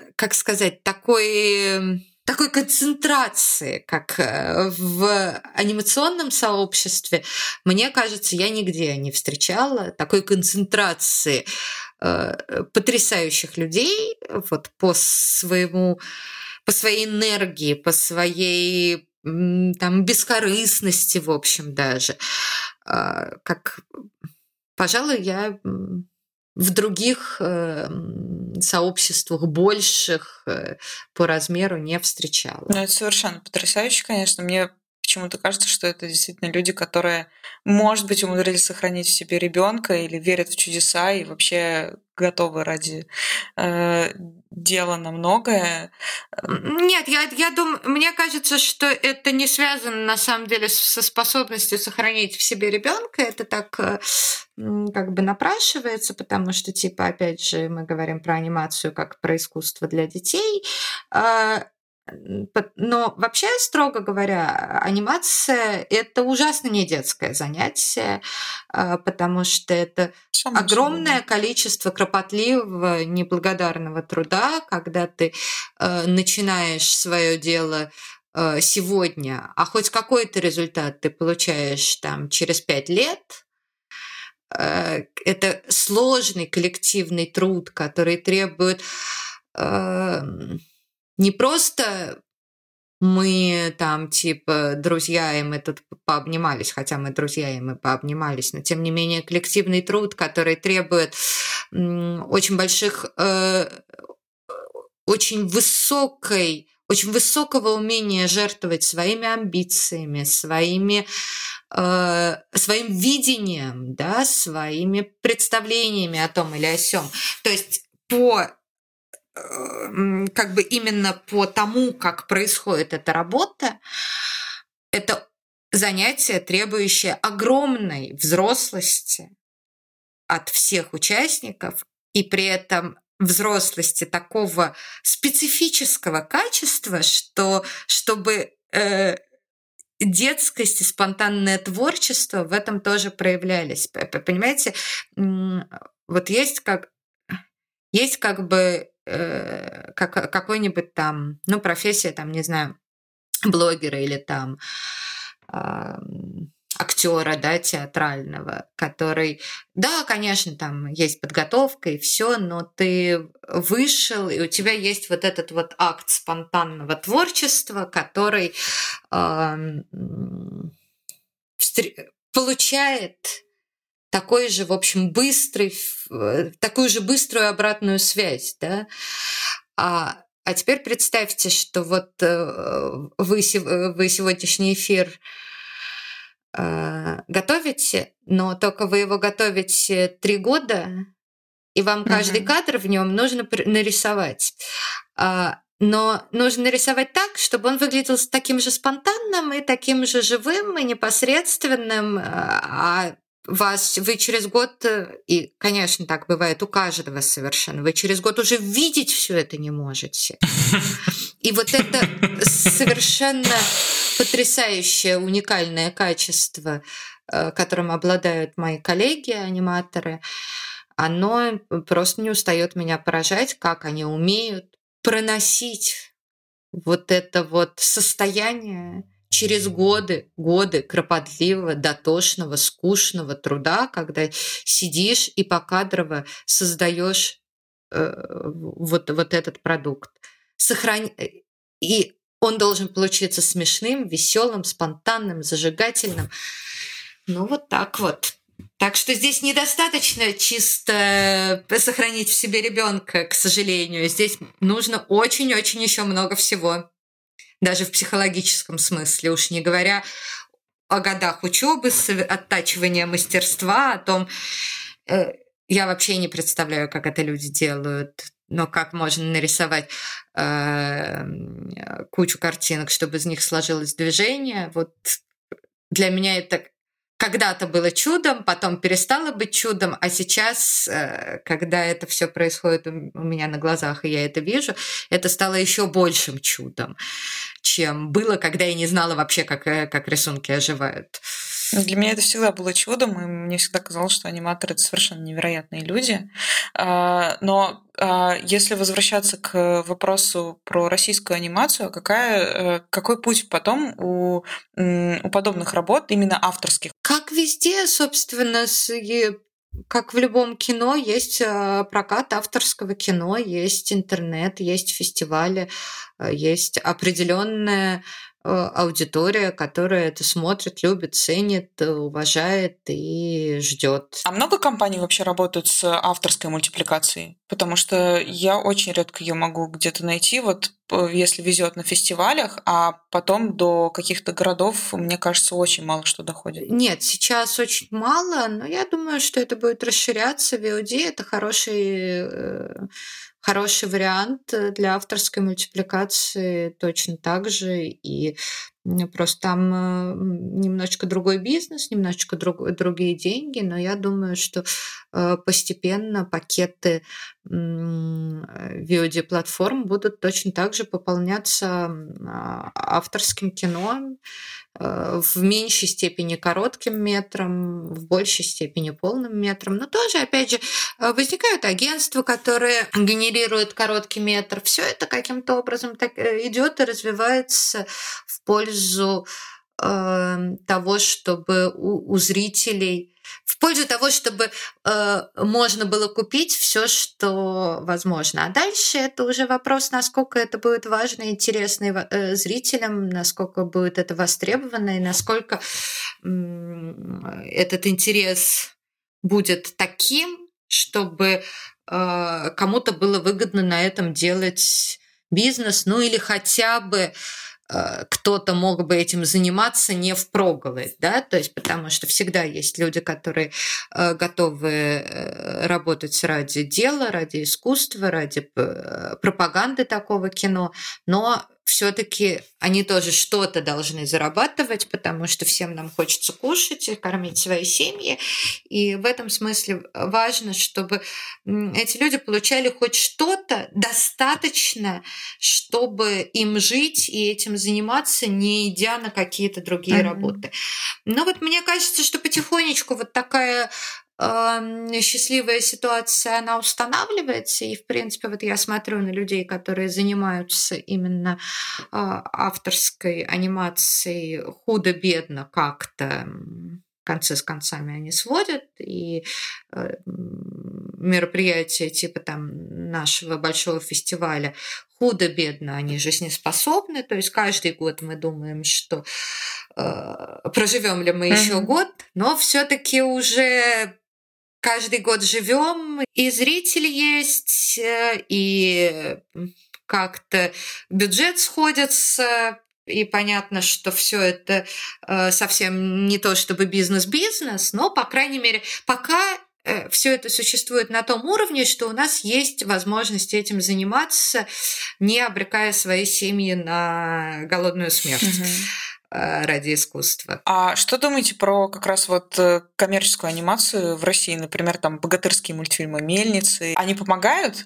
концентрации, как в анимационном сообществе, мне кажется, я нигде не встречала такой концентрации потрясающих людей вот по своей энергии, по своей там бескорыстности, в общем, даже. Как, пожалуй, я в других сообществах больших по размеру не встречала. Это совершенно потрясающе, конечно. Мне почему-то кажется, что это действительно люди, которые, может быть, умудрились сохранить в себе ребенка или верят в чудеса и вообще готовы ради дела на многое. Нет, я думаю, мне кажется, что это не связано на самом деле со способностью сохранить в себе ребенка. Это так как бы напрашивается, потому что, типа, опять же, мы говорим про анимацию как про искусство для детей. Но вообще, строго говоря, анимация – это ужасно не детское занятие, потому что это огромное количество кропотливого, неблагодарного труда, когда ты начинаешь свое дело сегодня, а хоть какой-то результат ты получаешь там через 5 лет. Это сложный коллективный труд, который требует не просто мы там типа друзья, и мы тут пообнимались, хотя мы друзья, и мы пообнимались, но тем не менее коллективный труд, который требует очень больших, очень очень высокого умения жертвовать своими амбициями, своим видением, да, своими представлениями о том или о сём. То есть как бы именно по тому, как происходит эта работа, это занятие, требующее огромной взрослости от всех участников, и при этом взрослости такого специфического качества, что чтобы детскость и спонтанное творчество в этом тоже проявлялись. Понимаете, вот есть как бы какой-нибудь там, ну, профессия, там, не знаю, блогера или там актера, да, театрального, который, да, конечно, там есть подготовка и все, но ты вышел, и у тебя есть вот этот вот акт спонтанного творчества, который получает такой же, в общем, такую же быструю обратную связь, да. А теперь представьте, что вот вы сегодняшний эфир готовите, но только вы его готовите 3 года, и вам каждый кадр в нем нужно нарисовать. Но нужно нарисовать так, чтобы он выглядел таким же спонтанным и таким же живым и непосредственным, вы через год, и, конечно, так бывает у каждого совершенно, вы через год уже видеть все это не можете. И вот это совершенно потрясающее, уникальное качество, которым обладают мои коллеги-аниматоры, оно просто не устает меня поражать, как они умеют проносить вот это вот состояние через годы кропотливого, дотошного, скучного труда, когда сидишь и покадрово создаешь вот этот продукт. И он должен получиться смешным, веселым, спонтанным, зажигательным. Ну, вот так вот. Так что здесь недостаточно чисто сохранить в себе ребенка, к сожалению. Здесь нужно очень-очень еще много всего. Даже в психологическом смысле, уж не говоря о годах учебы, оттачивания мастерства, о том, я вообще не представляю, как это люди делают, но как можно нарисовать кучу картинок, чтобы из них сложилось движение. Вот для меня это когда-то было чудом, потом перестало быть чудом, а сейчас, когда это все происходит у меня на глазах, и я это вижу, это стало еще большим чудом, чем было, когда я не знала вообще, как рисунки оживают. Для меня это всегда было чудом, и мне всегда казалось, что аниматоры — это совершенно невероятные люди. Но если возвращаться к вопросу про российскую анимацию, какой путь потом у подобных работ, именно авторских? Как везде, собственно, как в любом кино, есть прокат авторского кино, есть интернет, есть фестивали, есть определенная аудитория, которая это смотрит, любит, ценит, уважает и ждет. А много компаний вообще работают с авторской мультипликацией? Потому что я очень редко ее могу где-то найти, вот если везет на фестивалях, а потом до каких-то городов, мне кажется, очень мало что доходит. Нет, сейчас очень мало, но я думаю, что это будет расширяться. VOD — это хороший вариант для авторской мультипликации точно так же. И просто там немножечко другой бизнес, немножечко другие деньги, но я думаю, что постепенно пакеты VOD-платформ будут точно так же пополняться авторским кино, в меньшей степени коротким метром, в большей степени полным метром. Но тоже, опять же, возникают агентства, которые генерируют короткий метр. Все это каким-то образом идет и развивается в пользу того, чтобы у зрителей, в пользу того, чтобы можно было купить все, что возможно. А дальше это уже вопрос, насколько это будет важно и интересно зрителям, насколько будет это востребовано и насколько этот интерес будет таким, чтобы кому-то было выгодно на этом делать бизнес, ну или хотя бы кто-то мог бы этим заниматься не впроголодь, да, то есть потому что всегда есть люди, которые готовы работать ради дела, ради искусства, ради пропаганды такого кино, но все-таки они тоже что-то должны зарабатывать, потому что всем нам хочется кушать и кормить свои семьи. И в этом смысле важно, чтобы эти люди получали хоть что-то достаточно, чтобы им жить и этим заниматься, не идя на какие-то другие работы. Но вот мне кажется, что потихонечку вот такая счастливая ситуация, она устанавливается, и, в принципе, вот я смотрю на людей, которые занимаются именно авторской анимацией худо-бедно как-то, концы с концами они сводят, и мероприятия типа там нашего большого фестиваля худо-бедно, они жизнеспособны, то есть каждый год мы думаем, что проживем ли мы еще год, но все-таки уже каждый год живем, и зритель есть, и как-то бюджет сходится, и понятно, что все это совсем не то чтобы бизнес-бизнес, но, по крайней мере, пока все это существует на том уровне, что у нас есть возможность этим заниматься, не обрекая свои семьи на голодную смерть ради искусства. А что думаете про как раз вот коммерческую анимацию в России? Например, там богатырские мультфильмы «Мельницы». Они помогают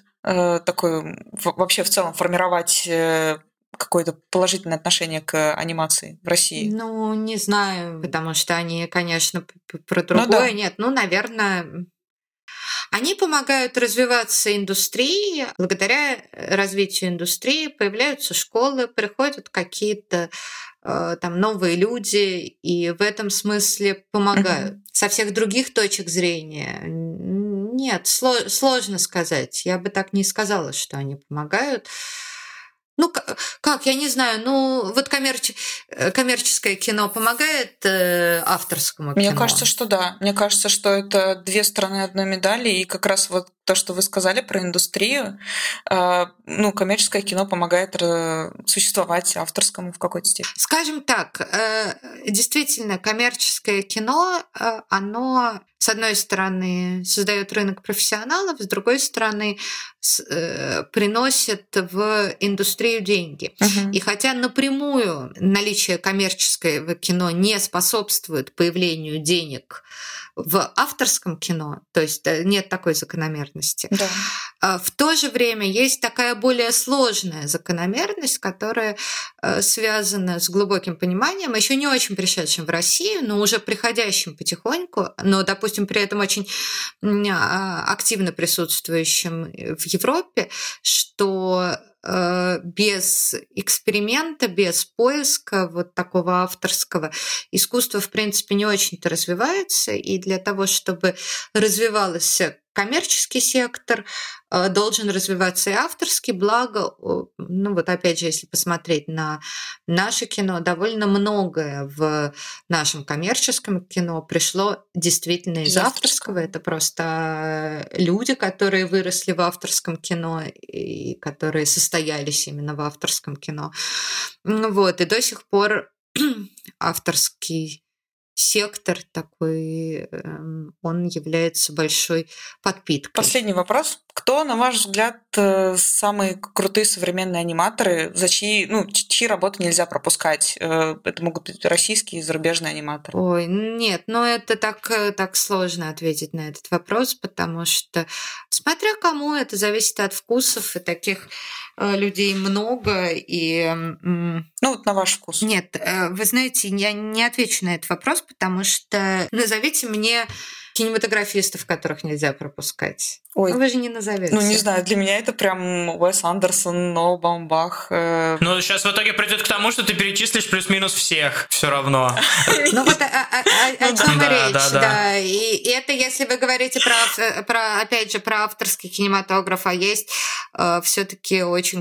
вообще в целом формировать какое-то положительное отношение к анимации в России? Ну, не знаю, потому что они, конечно, про другое. Нет, наверное... Они помогают развиваться индустрии. Благодаря развитию индустрии появляются школы, приходят какие-то там новые люди, и в этом смысле помогают. Со всех других точек зрения нет, сложно сказать. Я бы так не сказала, что они помогают. Ну, как, я не знаю, вот коммерческое кино помогает авторскому кино? Мне кажется, что да. Мне кажется, что это две стороны одной медали, и как раз вот то, что вы сказали про индустрию, коммерческое кино помогает существовать авторскому в какой-то степени. Скажем так, действительно, коммерческое кино, оно, с одной стороны, создает рынок профессионалов, с другой стороны, приносит в индустрию деньги. И хотя напрямую наличие коммерческого кино не способствует появлению денег в авторском кино, то есть нет такой закономерности. Да. В то же время есть такая более сложная закономерность, которая связана с глубоким пониманием, еще не очень пришедшим в Россию, но уже приходящим потихоньку, но, допустим, при этом очень активно присутствующим в Европе, что без эксперимента, без поиска вот такого авторского искусства, в принципе, не очень-то развивается. И для того, чтобы развивался коммерческий сектор, должен развиваться и авторский, благо, вот опять же, если посмотреть на наше кино, довольно многое в нашем коммерческом кино пришло действительно из авторского. Это просто люди, которые выросли в авторском кино и которые состоялись именно в авторском кино. Вот, и до сих пор авторский сектор такой, он является большой подпиткой. Последний вопрос. Кто, на ваш взгляд, самые крутые современные аниматоры, за чьи работы нельзя пропускать? Это могут быть российские и зарубежные аниматоры. Ой, нет, это так сложно ответить на этот вопрос, потому что, смотря кому, это зависит от вкусов, и таких людей много, и... вот на ваш вкус. Нет, вы знаете, я не отвечу на этот вопрос, потому что назовите мне кинематографистов, которых нельзя пропускать. Ой. Вы же не назовете. Не знаю, для меня это прям Уэс Андерсон, Ноа Бамбах. Сейчас в итоге придет к тому, что ты перечислишь плюс-минус всех все равно. Вот о чем речь, да. И это если вы говорите опять же, про авторский кинематограф, а есть все-таки очень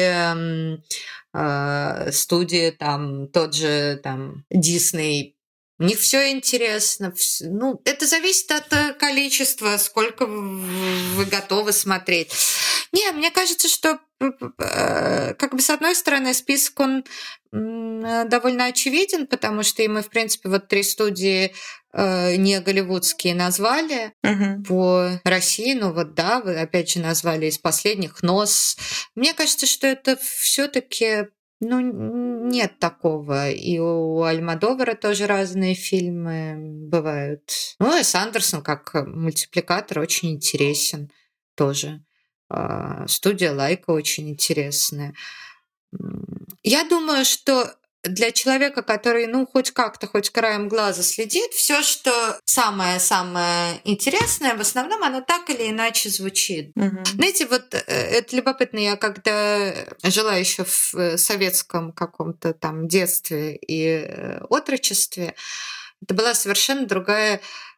крутые студии, там тот же там Disney У них все интересно. Ну, это зависит от количества, сколько вы готовы смотреть. Не, мне кажется, что как бы с одной стороны список, он довольно очевиден, потому что и мы, в принципе, вот 3 студии не голливудские назвали по России. Ну вот да, вы опять же назвали из последних «Нос». Мне кажется, что это все-таки нет такого. И у Альмодовара тоже разные фильмы бывают. Ну, и Андерсон как мультипликатор очень интересен тоже. Студия Лайка очень интересная. Я думаю, что для человека, который, хоть как-то, хоть краем глаза следит, все, что самое-самое интересное, в основном оно так или иначе звучит. Знаете, вот это любопытно, я когда жила еще в советском каком-то там детстве и отрочестве, это была совершенно другая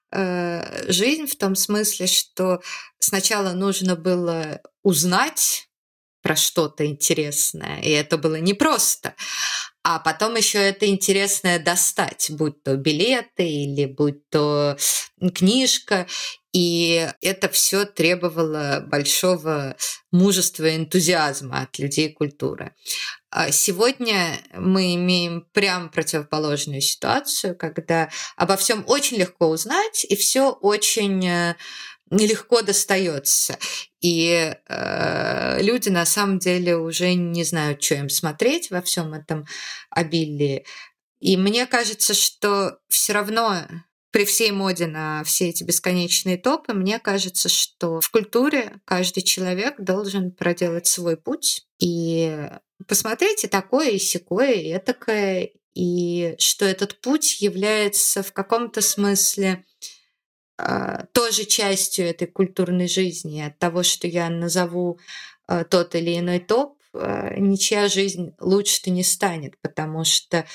жизнь в том смысле, что сначала нужно было узнать про что-то интересное, и это было непросто. А потом еще это интересное достать, будь то билеты или будь то книжка. И это все требовало большого мужества и энтузиазма от людей культуры. А сегодня мы имеем прям противоположную ситуацию, когда обо всем очень легко узнать, и все очень нелегко достается. И люди на самом деле уже не знают, что им смотреть во всем этом обилии. И мне кажется, что все равно при всей моде на все эти бесконечные топы, мне кажется, что в культуре каждый человек должен проделать свой путь и посмотреть и такое, и сякое, и этакое, и что этот путь является в каком-то смысле тоже частью этой культурной жизни. От того, что я назову тот или иной топ, ничья жизнь лучше-то не станет, потому что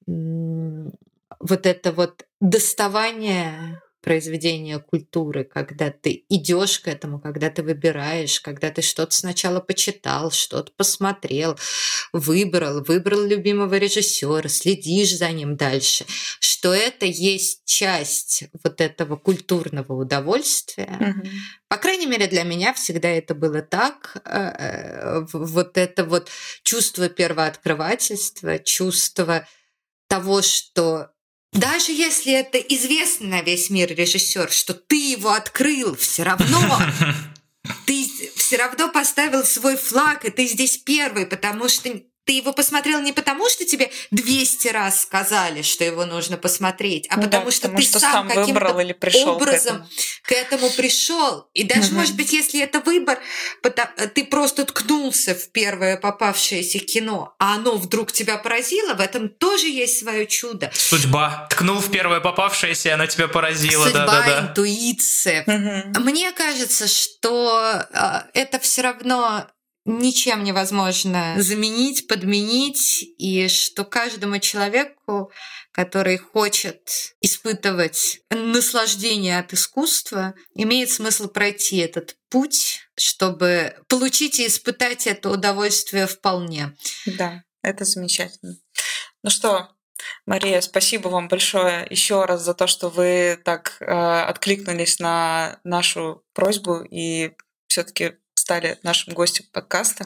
вот это вот доставание произведения культуры, когда ты идешь к этому, когда ты выбираешь, когда ты что-то сначала почитал, что-то посмотрел, выбрал любимого режиссера, следишь за ним дальше, что это есть часть вот этого культурного удовольствия. По крайней мере, для меня всегда это было так. Вот это вот чувство первооткрывательства, чувство того, что даже если это известный на весь мир режиссер, что ты его открыл, все равно ты все равно поставил свой флаг, и ты здесь первый, потому что ты его посмотрел не потому, что тебе 200 раз сказали, что его нужно посмотреть, а потому что ты сам каким-то образом к этому пришел. И даже, может быть, если это выбор, ты просто ткнулся в первое попавшееся кино, а оно вдруг тебя поразило, в этом тоже есть свое чудо. Судьба. Ткнул в первое попавшееся, она тебя поразила. Судьба, интуиция. Мне кажется, что это все равно ничем невозможно заменить, подменить, и что каждому человеку, который хочет испытывать наслаждение от искусства, имеет смысл пройти этот путь, чтобы получить и испытать это удовольствие вполне. Да, это замечательно. Ну что, Мария, спасибо вам большое еще раз за то, что вы так откликнулись на нашу просьбу и все-таки стали нашим гостем подкаста.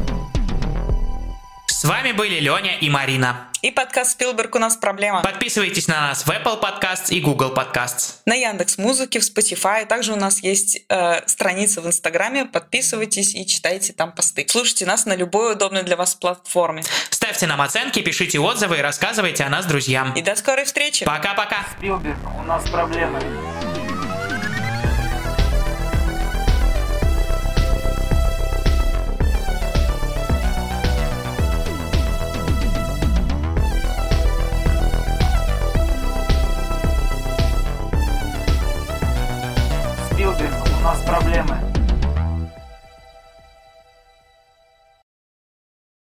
С вами были Лёня и Марина. И подкаст «Спилберг. У нас проблема». Подписывайтесь на нас в Apple Podcasts и Google Podcasts. На Яндекс.Музыке, в Spotify. Также у нас есть страница в Инстаграме. Подписывайтесь и читайте там посты. Слушайте нас на любой удобной для вас платформе. Ставьте нам оценки, пишите отзывы и рассказывайте о нас друзьям. И до скорой встречи. Пока-пока. Спилберг, у нас проблемы. Спилберг, у нас проблемы.